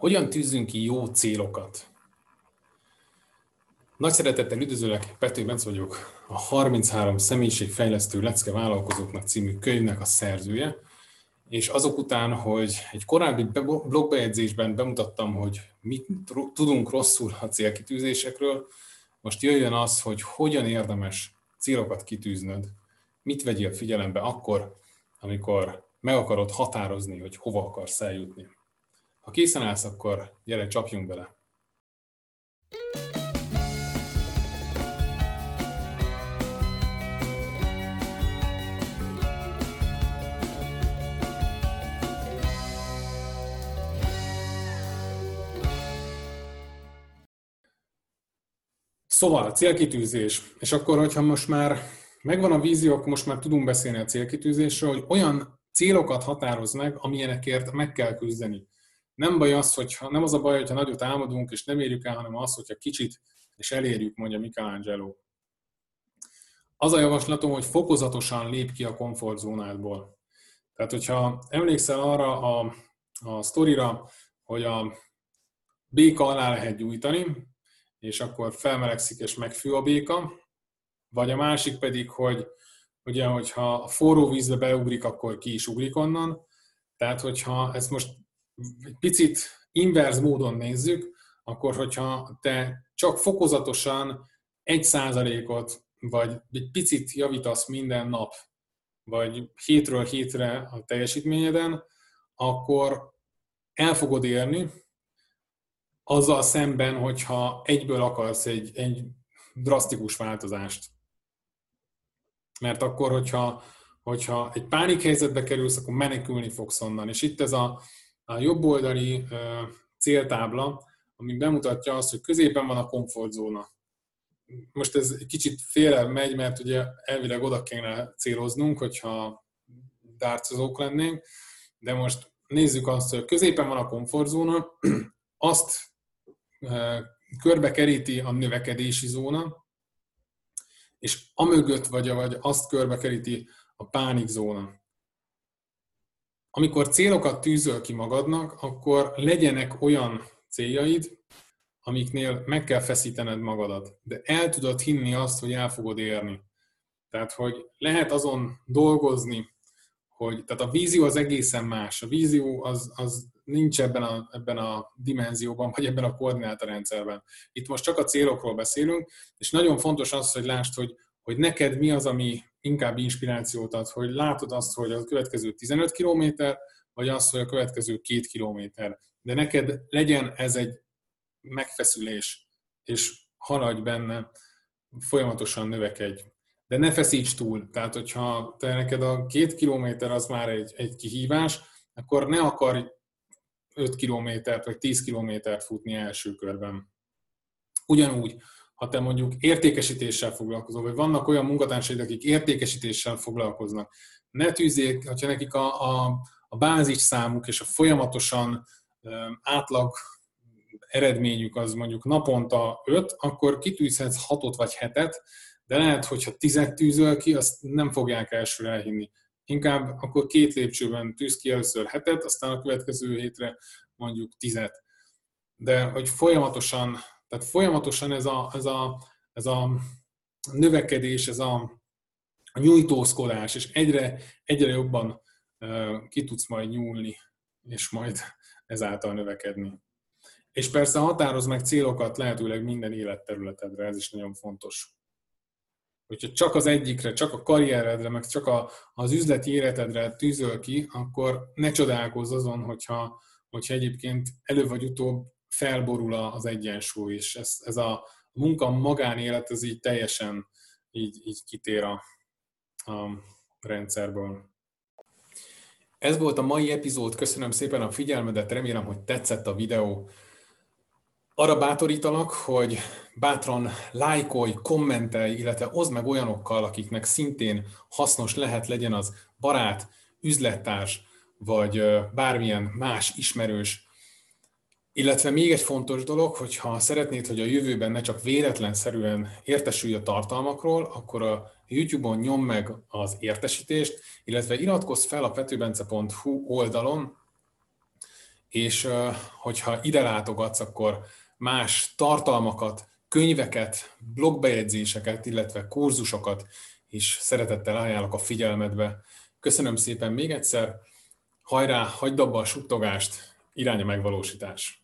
Hogyan tűzzünk ki jó célokat? Nagy szeretettel üdvözöllek, Pető Bence vagyok, a 33 személyiségfejlesztő lecke vállalkozóknak című könyvnek a szerzője, és azok után, hogy egy korábbi blogbejegyzésben bemutattam, hogy mit tudunk rosszul a célkitűzésekről, most jöjjön az, hogy hogyan érdemes célokat kitűznöd, mit vegyél figyelembe akkor, amikor meg akarod határozni, hogy hova akarsz eljutni. Ha készen állsz, akkor gyere, csapjunk bele! Szóval a célkitűzés, és akkor, hogyha most már megvan a vízió, akkor most már tudunk beszélni a célkitűzésről, hogy olyan célokat határoz meg, amilyenekért meg kell küzdeni. Nem az a baj, hogyha nagyot álmodunk, és nem érjük el, hanem az, hogyha kicsit, és elérjük, mondja Michelangelo. Az a javaslatom, hogy fokozatosan lép ki a komfortzónádból. Tehát, hogyha emlékszel arra a sztorira, hogy a béka alá lehet gyújtani, és akkor felmelegszik és megfű a béka, vagy a másik pedig, hogy ugye, hogyha a forró vízbe beugrik, akkor ki is ugrik onnan. Tehát, hogyha ezt most egy picit inverz módon nézzük, akkor, hogyha te csak fokozatosan 1%-ot, vagy egy picit javítasz minden nap, vagy hétről hétre a teljesítményeden, akkor el fogod érni, azzal szemben, hogyha egyből akarsz egy drasztikus változást. Mert akkor, hogyha egy pánikhelyzetbe kerülsz, akkor menekülni fogsz onnan. És itt ez a jobboldali céltábla, ami bemutatja azt, hogy középen van a komfortzóna. Most ez egy kicsit félre megy, mert ugye elvileg oda kéne céloznunk, hogyha dárcozók lennénk, de most nézzük azt, hogy középen van a komfortzóna, azt körbe keríti a növekedési zóna, és amögött vagy azt körbe keríti a pánikzóna. Amikor célokat tűzöl ki magadnak, akkor legyenek olyan céljaid, amiknél meg kell feszítened magadat, de el tudod hinni azt, hogy el fogod érni. Tehát, hogy lehet azon dolgozni, tehát a vízió az egészen más. A vízió az nincs ebben a dimenzióban, vagy ebben a koordinátorrendszerben. Itt most csak a célokról beszélünk, és nagyon fontos az, hogy lásd, hogy neked mi az, ami inkább inspirációt ad, hogy látod azt, hogy a következő 15 kilométer, vagy azt, hogy a következő 2 kilométer. De neked legyen ez egy megfeszülés, és haladj benne, folyamatosan növekedj. De ne feszíts túl, tehát hogyha te neked a 2 kilométer az már egy kihívás, akkor ne akarj 5 kilométert vagy 10 kilométert futni első körben. Ugyanúgy, ha te mondjuk értékesítéssel foglalkozol, vagy vannak olyan munkatársaid, akik értékesítéssel foglalkoznak, ne tűzzék, hogyha nekik a bázis számuk és a folyamatosan átlag eredményük az mondjuk naponta 5, akkor kitűzhetsz 6-ot vagy 7-et, de lehet, hogyha 10-et tűzöl ki, azt nem fogják elsőre elhinni. Inkább akkor 2 lépcsőben tűz ki először 7-et, aztán a következő hétre mondjuk 10-et. De hogy folyamatosan ez a növekedés, ez a nyújtózkodás, és egyre jobban ki tudsz majd nyúlni, és majd ezáltal növekedni. És persze határozz meg célokat lehetőleg minden életterületedre, ez is nagyon fontos. Hogyha csak az egyikre, csak a karrieredre, meg csak az üzleti életedre tűzöl ki, akkor ne csodálkozz azon, hogyha egyébként előbb vagy utóbb felborul az egyensúly, és ez a munka-magánélet, ez így teljesen így kitér a rendszerből. Ez volt a mai epizód, köszönöm szépen a figyelmedet, remélem, hogy tetszett a videó. Arra bátorítalak, hogy bátran lájkolj, kommentelj, illetve oszd meg olyanokkal, akiknek szintén hasznos legyen az barát, üzlettárs, vagy bármilyen más ismerős. Illetve még egy fontos dolog, hogyha szeretnéd, hogy a jövőben ne csak véletlenszerűen értesülj a tartalmakról, akkor a YouTube-on nyomd meg az értesítést, illetve iratkozz fel a petőbence.hu oldalon, és hogyha ide látogatsz, akkor más tartalmakat, könyveket, blogbejegyzéseket, illetve kurzusokat is szeretettel ajánlok a figyelmedbe. Köszönöm szépen még egyszer, hajrá, hagyd abba a suttogást, irány a megvalósítás!